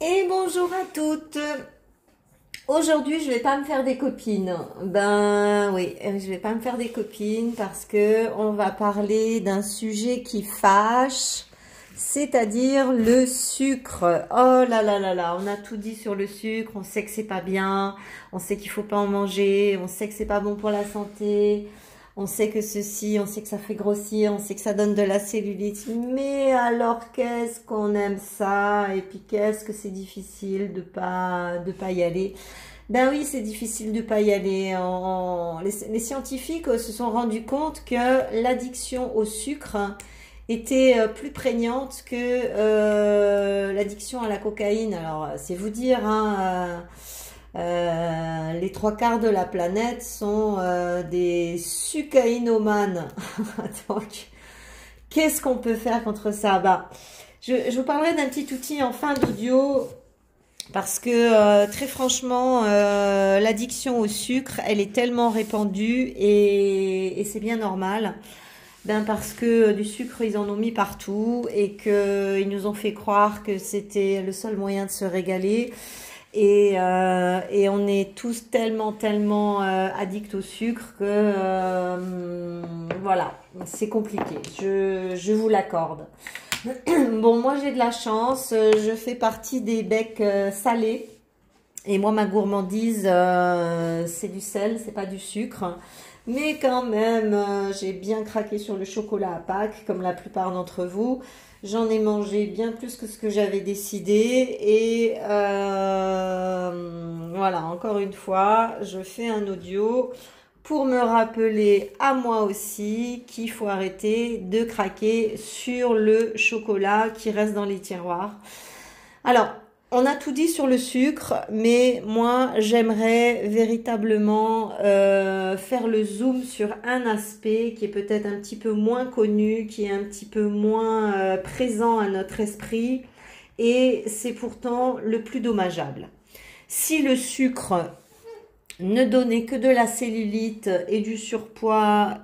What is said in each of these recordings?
Et bonjour à toutes. Aujourd'hui, je vais pas me faire des copines. Ben oui, je vais pas me faire des copines parce que on va parler d'un sujet qui fâche, c'est-à-dire le sucre. Oh là là là là, on a tout dit sur le sucre, on sait que c'est pas bien, on sait qu'il faut pas en manger, on sait que c'est pas bon pour la santé. On sait que ceci, on sait que ça fait grossir, on sait que ça donne de la cellulite. Mais alors, qu'est-ce qu'on aime ça? Et puis, qu'est-ce que c'est difficile de pas y aller? Ben oui, c'est difficile de pas y aller. Les scientifiques se sont rendus compte que l'addiction au sucre était plus prégnante que l'addiction à la cocaïne. Alors, c'est vous dire, hein, les trois quarts de la planète sont des sucaïnomanes. Donc, qu'est-ce qu'on peut faire contre ça? Bah, je vous parlerai d'un petit outil en fin d'audio parce que très franchement, l'addiction au sucre, elle est tellement répandue et c'est bien normal. Ben parce que du sucre, ils en ont mis partout et qu'ils nous ont fait croire que c'était le seul moyen de se régaler. Et on est tous tellement addicts au sucre que voilà, c'est compliqué. Je vous l'accorde. Bon, moi j'ai de la chance, je fais partie des becs salés. Et moi ma gourmandise c'est du sel, c'est pas du sucre. Mais quand même, j'ai bien craqué sur le chocolat à Pâques, comme la plupart d'entre vous. J'en ai mangé bien plus que ce que j'avais décidé. Et voilà, encore une fois, je fais un audio pour me rappeler à moi aussi qu'il faut arrêter de craquer sur le chocolat qui reste dans les tiroirs. Alors, on a tout dit sur le sucre, mais moi, j'aimerais véritablement faire le zoom sur un aspect qui est peut-être un petit peu moins connu, qui est un petit peu moins présent à notre esprit, et c'est pourtant le plus dommageable. Si le sucre ne donnait que de la cellulite et du surpoids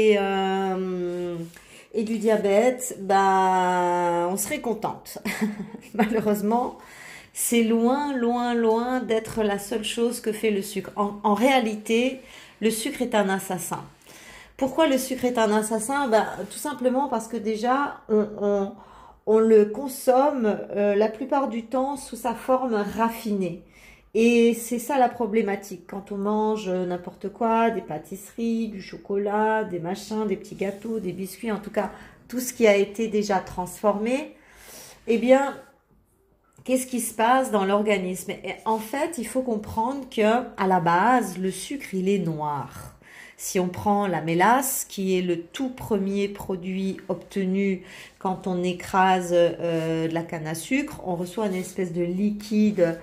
et du diabète, bah, on serait contente. Malheureusement, c'est loin d'être la seule chose que fait le sucre. En réalité, le sucre est un assassin. Pourquoi le sucre est un assassin? Ben, tout simplement parce que déjà, on le consomme la plupart du temps sous sa forme raffinée. Et c'est ça la problématique. Quand on mange n'importe quoi, des pâtisseries, du chocolat, des machins, des petits gâteaux, des biscuits, en tout cas, tout ce qui a été déjà transformé, eh bien, qu'est-ce qui se passe dans l'organisme? Et en fait, il faut comprendre que à la base, le sucre, il est noir. Si on prend la mélasse, qui est le tout premier produit obtenu quand on écrase de la canne à sucre, on reçoit une espèce de liquide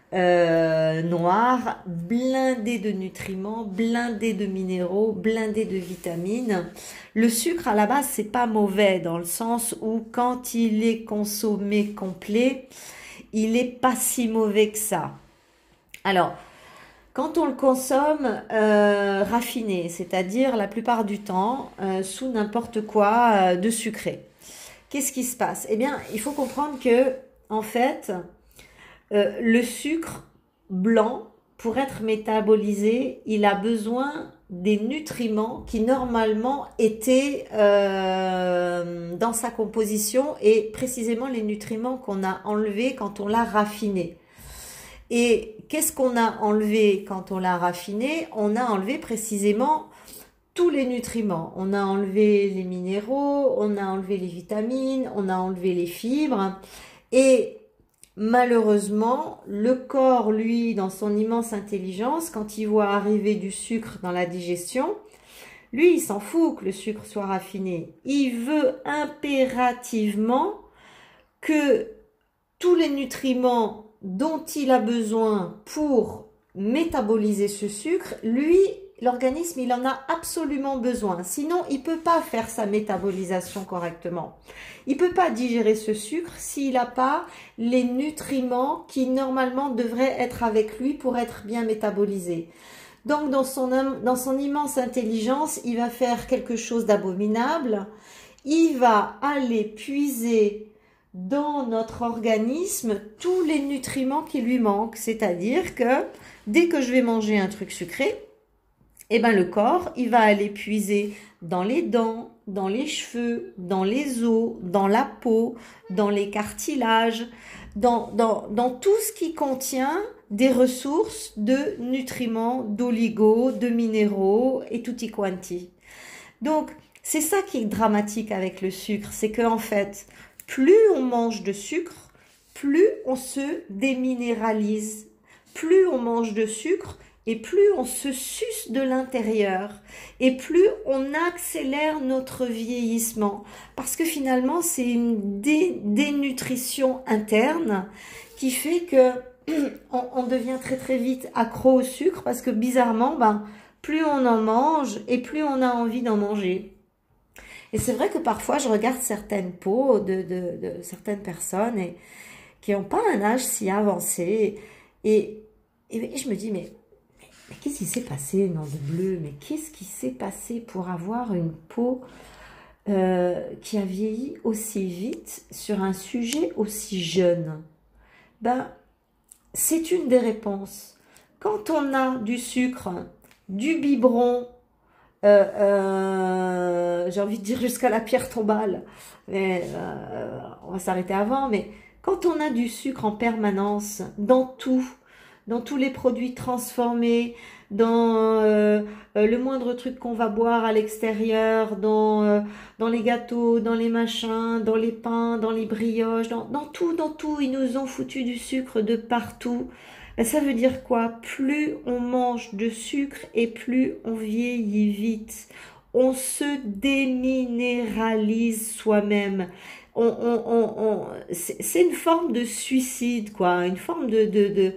noir, blindé de nutriments, blindé de minéraux, blindé de vitamines. Le sucre, à la base, c'est pas mauvais dans le sens où quand il est consommé complet, il est pas si mauvais que ça. Alors, quand on le consomme raffiné, c'est-à-dire la plupart du temps sous n'importe quoi de sucré, qu'est-ce qui se passe? Eh bien, il faut comprendre que, en fait, le sucre blanc, pour être métabolisé, il a besoin des nutriments qui normalement étaient dans sa composition et précisément les nutriments qu'on a enlevés quand on l'a raffiné. Et qu'est-ce qu'on a enlevé quand on l'a raffiné? On a enlevé précisément tous les nutriments. On a enlevé les minéraux, on a enlevé les vitamines, on a enlevé les fibres. Et malheureusement, le corps, lui, dans son immense intelligence, quand il voit arriver du sucre dans la digestion, lui, il s'en fout que le sucre soit raffiné. Il veut impérativement que tous les nutriments dont il a besoin pour métaboliser ce sucre, lui, l'organisme, il en a absolument besoin. Sinon, il ne peut pas faire sa métabolisation correctement. Il ne peut pas digérer ce sucre s'il n'a pas les nutriments qui, normalement, devraient être avec lui pour être bien métabolisés. Donc, dans son immense intelligence, il va faire quelque chose d'abominable. Il va aller puiser dans notre organisme tous les nutriments qui lui manquent. C'est-à-dire que dès que je vais manger un truc sucré, eh ben le corps, il va aller puiser dans les dents, dans les cheveux, dans les os, dans la peau, dans les cartilages, dans tout ce qui contient des ressources de nutriments, d'oligos, de minéraux et tutti quanti. Donc, c'est ça qui est dramatique avec le sucre, c'est qu'en fait, plus on mange de sucre, plus on se déminéralise. Plus on mange de sucre et plus on se suce de l'intérieur et plus on accélère notre vieillissement. Parce que finalement, c'est une dénutrition interne qui fait que on devient très très vite accro au sucre parce que bizarrement, plus on en mange et plus on a envie d'en manger. Et c'est vrai que parfois, je regarde certaines peaux de certaines personnes qui n'ont pas un âge si avancé. Et je me dis, mais qu'est-ce qui s'est passé, nom de bleu? Mais qu'est-ce qui s'est passé pour avoir une peau qui a vieilli aussi vite sur un sujet aussi jeune? C'est une des réponses. Quand on a du sucre, du biberon, j'ai envie de dire jusqu'à la pierre tombale, mais on va s'arrêter avant, mais quand on a du sucre en permanence dans tous les produits transformés, dans le moindre truc qu'on va boire à l'extérieur, dans les gâteaux, dans les machins, dans les pains, dans les brioches, dans tout, ils nous ont foutu du sucre de partout. Ça veut dire quoi? Plus on mange de sucre et plus on vieillit vite. On se déminéralise soi-même. C'est une forme de suicide, quoi, une forme de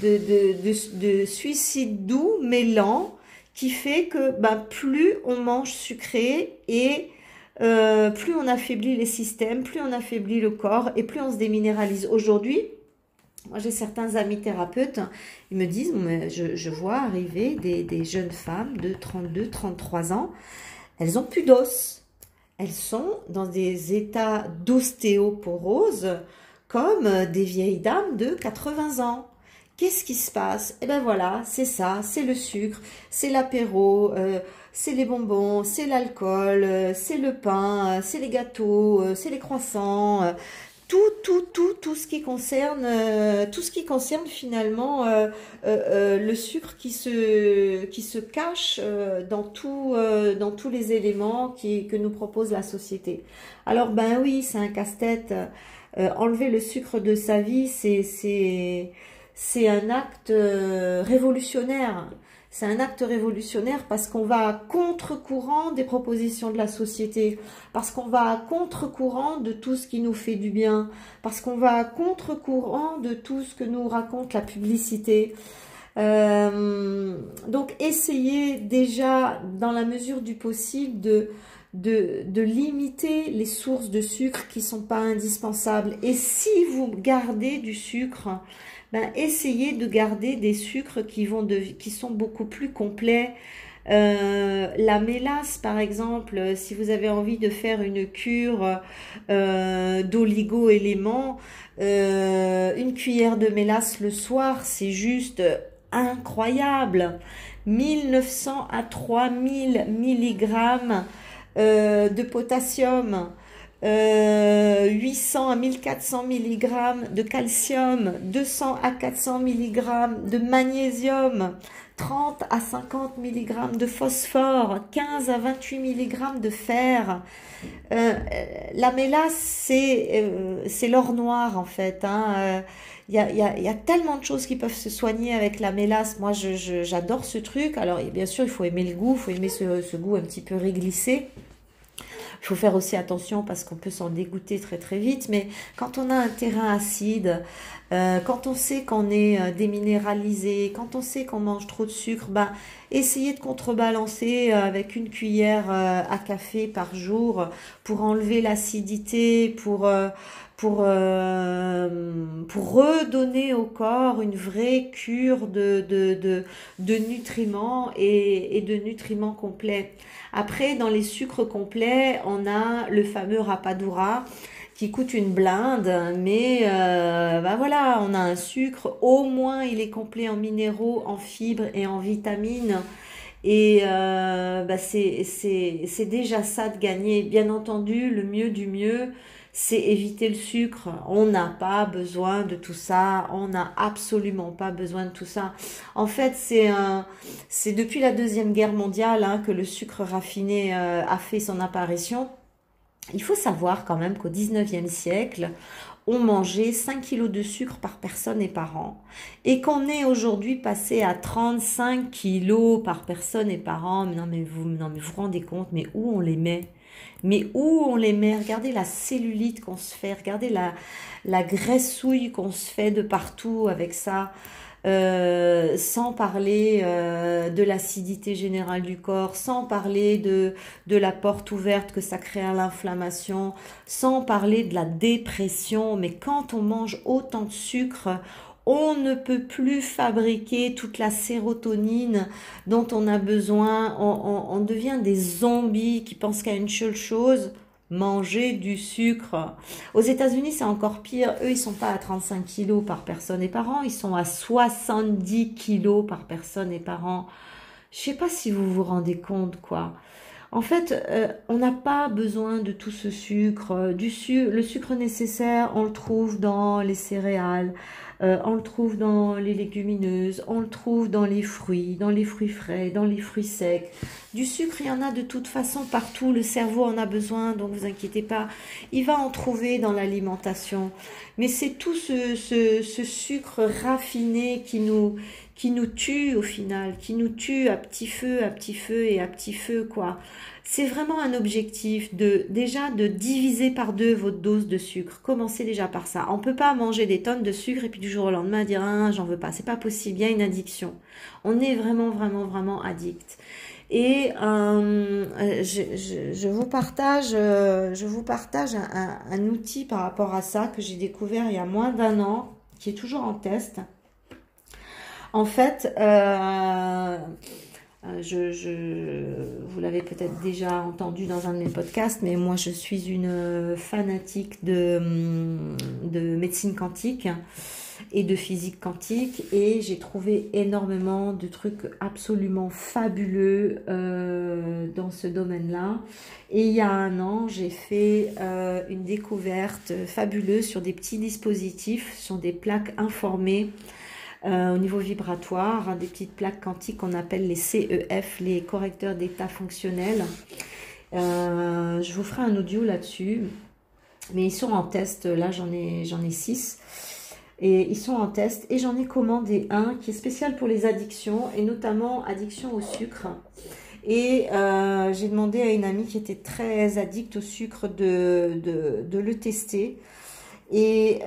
suicide doux mais lent qui fait que plus on mange sucré et plus on affaiblit les systèmes, plus on affaiblit le corps et plus on se déminéralise. Aujourd'hui, moi j'ai certains amis thérapeutes, ils me disent, je vois arriver des jeunes femmes de 32, 33 ans, elles ont plus d'os. Elles sont dans des états d'ostéoporose comme des vieilles dames de 80 ans. Qu'est-ce qui se passe? Eh ben voilà, c'est ça, c'est le sucre, c'est l'apéro, c'est les bonbons, c'est l'alcool, c'est le pain, c'est les gâteaux, c'est les croissants, tout ce qui concerne finalement le sucre qui se cache dans tous les éléments que nous propose la société. Alors oui, c'est un casse-tête. Enlever le sucre de sa vie, c'est un acte révolutionnaire. C'est un acte révolutionnaire parce qu'on va à contre-courant des propositions de la société, parce qu'on va à contre-courant de tout ce qui nous fait du bien, parce qu'on va à contre-courant de tout ce que nous raconte la publicité. Donc essayez déjà, dans la mesure du possible, de limiter les sources de sucre qui ne sont pas indispensables. Et si vous gardez du sucre, essayez de garder des sucres qui sont beaucoup plus complets. La mélasse, par exemple, si vous avez envie de faire une cure d'oligo-éléments, une cuillère de mélasse le soir, c'est juste incroyable. 1900 à 3000 milligrammes de potassium, 800 à 1400 mg de calcium, 200 à 400 mg de magnésium, 30 à 50 mg de phosphore, 15 à 28 mg de fer. La mélasse, c'est l'or noir en fait. Il y a tellement de choses qui peuvent se soigner avec la mélasse. Moi, j'adore ce truc. Alors, bien sûr, il faut aimer le goût, il faut aimer ce goût un petit peu réglissé. Il faut faire aussi attention parce qu'on peut s'en dégoûter très très vite. Mais quand on a un terrain acide, quand on sait qu'on est déminéralisé, quand on sait qu'on mange trop de sucre, essayez de contrebalancer avec une cuillère à café par jour pour enlever l'acidité, pour redonner au corps une vraie cure de nutriments et de nutriments complets. Après, dans les sucres complets, on a le fameux rapadura qui coûte une blinde, mais bah voilà, on a un sucre, au moins il est complet en minéraux, en fibres et en vitamines. Et bah c'est déjà ça de gagner. Bien entendu, le mieux du mieux, c'est éviter le sucre. On n'a pas besoin de tout ça. On n'a absolument pas besoin de tout ça. En fait, c'est depuis la Deuxième Guerre mondiale hein, que le sucre raffiné a fait son apparition. Il faut savoir quand même qu'au 19e siècle, on mangeait 5 kilos de sucre par personne et par an. Et qu'on est aujourd'hui passé à 35 kilos par personne et par an. Non, mais vous vous rendez compte, mais où on les met? Mais où on les met? Regardez la cellulite qu'on se fait, regardez la graissouille qu'on se fait de partout avec ça. Sans parler de l'acidité générale du corps, sans parler de la porte ouverte que ça crée à l'inflammation, sans parler de la dépression. Mais quand on mange autant de sucre, on ne peut plus fabriquer toute la sérotonine dont on a besoin. On devient des zombies qui pensent qu'à une seule chose, manger du sucre. Aux États-Unis, c'est encore pire. Eux, ils sont pas à 35 kilos par personne et par an. Ils sont à 70 kilos par personne et par an. Je sais pas si vous vous rendez compte, quoi. En fait, on n'a pas besoin de tout ce sucre. Le sucre nécessaire, on le trouve dans les céréales, on le trouve dans les légumineuses, on le trouve dans les fruits frais, dans les fruits secs. Du sucre, il y en a de toute façon partout. Le cerveau en a besoin, donc vous inquiétez pas. Il va en trouver dans l'alimentation. Mais c'est tout ce sucre raffiné qui nous tue au final, qui nous tue à petit feu et à petit feu, quoi. C'est vraiment un objectif déjà de diviser par deux votre dose de sucre. Commencez déjà par ça. On peut pas manger des tonnes de sucre et puis du jour au lendemain dire ah, j'en veux pas. C'est pas possible. Il y a une addiction. On est vraiment, vraiment, vraiment addict. Et je vous partage un outil par rapport à ça que j'ai découvert il y a moins d'1 an, qui est toujours en test. En fait, vous l'avez peut-être déjà entendu dans un de mes podcasts, mais moi je suis une fanatique de médecine quantique et de physique quantique, et j'ai trouvé énormément de trucs absolument fabuleux dans ce domaine-là. Et il y a 1 an, j'ai fait une découverte fabuleuse sur des petits dispositifs, sur des plaques informées au niveau vibratoire, hein, des petites plaques quantiques qu'on appelle les CEF, les correcteurs d'état fonctionnel. Je vous ferai un audio là-dessus, mais ils sont en test. Là, j'en ai 6. Et ils sont en test, et j'en ai commandé un qui est spécial pour les addictions, et notamment addiction au sucre. Et j'ai demandé à une amie qui était très addicte au sucre de le tester. Et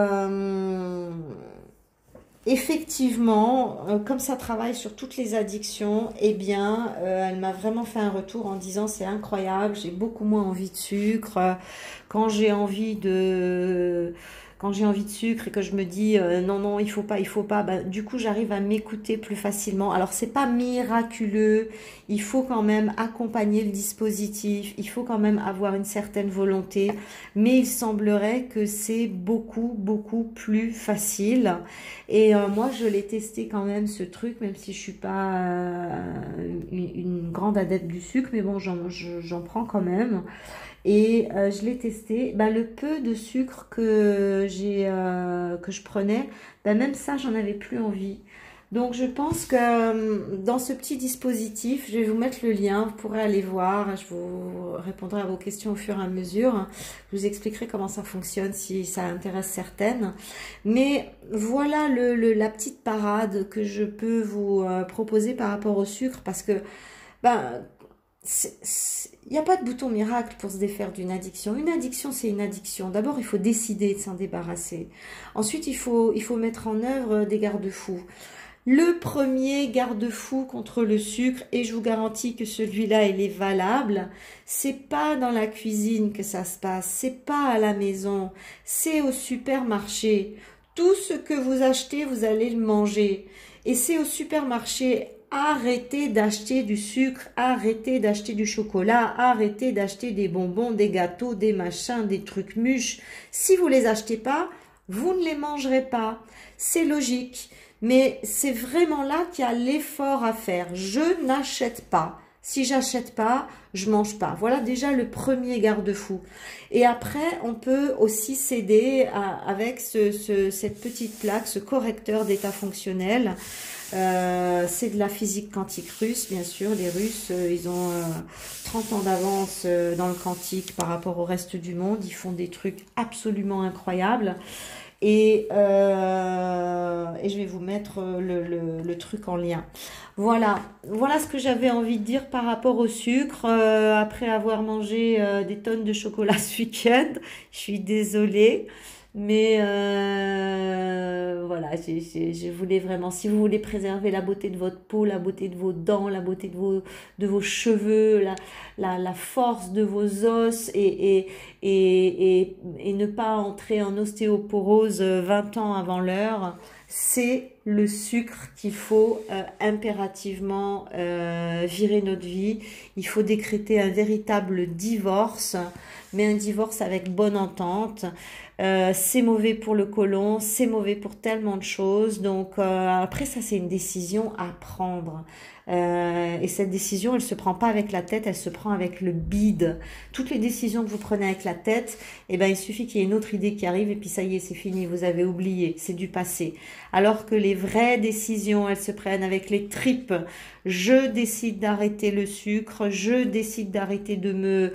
effectivement, comme ça travaille sur toutes les addictions, eh bien, elle m'a vraiment fait un retour en disant c'est incroyable, j'ai beaucoup moins envie de sucre. Quand j'ai envie de sucre et que je me dis non, il faut pas, bah, du coup j'arrive à m'écouter plus facilement. Alors c'est pas miraculeux, il faut quand même accompagner le dispositif, il faut quand même avoir une certaine volonté, mais il semblerait que c'est beaucoup plus facile. Et moi je l'ai testé quand même, ce truc, même si je suis pas une grande adepte du sucre, mais bon j'en prends quand même. Et je l'ai testé, bah, le peu de sucre que je prenais, bah, même ça j'en avais plus envie. Donc je pense que dans ce petit dispositif, je vais vous mettre le lien, vous pourrez aller voir, je vous répondrai à vos questions au fur et à mesure, je vous expliquerai comment ça fonctionne si ça intéresse certaines. Mais voilà la petite parade que je peux vous proposer par rapport au sucre, parce que ben, il n'y a pas de bouton miracle pour se défaire d'une addiction. Une addiction, c'est une addiction. D'abord, il faut décider de s'en débarrasser. Ensuite, il faut mettre en œuvre des garde-fous. Le premier garde-fou contre le sucre, et je vous garantis que celui-là, il est valable, c'est pas dans la cuisine que ça se passe, c'est pas à la maison, c'est au supermarché. Tout ce que vous achetez, vous allez le manger. Et c'est au supermarché arrêtez d'acheter du sucre, arrêtez d'acheter du chocolat, arrêtez d'acheter des bonbons, des gâteaux, des machins, des trucs mûches. Si vous les achetez pas, vous ne les mangerez pas. C'est logique. Mais c'est vraiment là qu'il y a l'effort à faire. Je n'achète pas. Si j'achète pas, je mange pas. Voilà déjà le premier garde-fou. Et après, on peut aussi s'aider avec cette petite plaque, ce correcteur d'état fonctionnel. C'est de la physique quantique russe, bien sûr. Les Russes, ils ont 30 ans d'avance dans le quantique par rapport au reste du monde. Ils font des trucs absolument incroyables. Et je vais vous mettre le truc en lien. Voilà ce que j'avais envie de dire par rapport au sucre. Après avoir mangé des tonnes de chocolat ce week-end, je suis désolée. Mais voilà, je voulais vraiment, si vous voulez préserver la beauté de votre peau, la beauté de vos dents, la beauté de vos cheveux, la force de vos os et ne pas entrer en ostéoporose 20 ans avant l'heure, c'est le sucre qu'il faut impérativement virer notre vie. Il faut décréter un véritable divorce, mais un divorce avec bonne entente. C'est mauvais pour le côlon, c'est mauvais pour tellement de choses. Donc après ça, c'est une décision à prendre. Et cette décision, elle se prend pas avec la tête, elle se prend avec le bide. Toutes les décisions que vous prenez avec la tête, eh ben, il suffit qu'il y ait une autre idée qui arrive et puis ça y est, c'est fini, vous avez oublié, c'est du passé. Alors que les vraies décisions, elles se prennent avec les tripes. Je décide d'arrêter le sucre, je décide d'arrêter de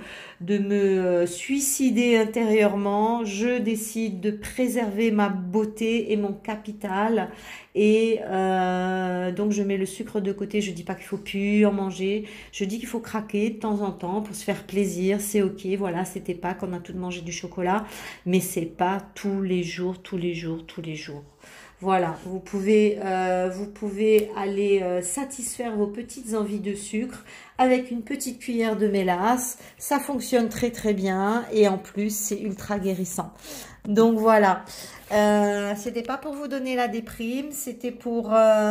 me suicider intérieurement, je décide de préserver ma beauté et mon capital. Et donc je mets le sucre de côté, je dis pas qu'il faut plus en manger, je dis qu'il faut craquer de temps en temps pour se faire plaisir, c'est ok, voilà, c'était pas qu'on a tout mangé du chocolat, mais c'est pas tous les jours, tous les jours, tous les jours. Voilà, vous pouvez aller satisfaire vos petites envies de sucre avec une petite cuillère de mélasse. Ça fonctionne très très bien et en plus c'est ultra guérissant. Donc voilà, c'était pas pour vous donner la déprime, c'était pour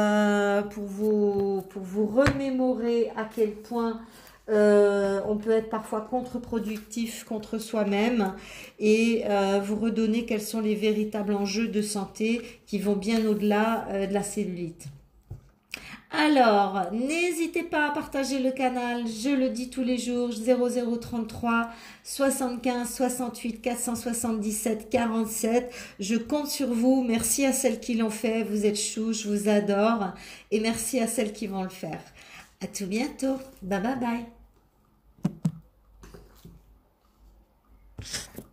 vous remémorer à quel point on peut être parfois contre-productif contre soi-même et vous redonner quels sont les véritables enjeux de santé qui vont bien au-delà de la cellulite. Alors, n'hésitez pas à partager le canal, je le dis tous les jours, 0033 75 68 477 47. Je compte sur vous, merci à celles qui l'ont fait, vous êtes chou, je vous adore et merci à celles qui vont le faire. À tout bientôt, bye bye bye.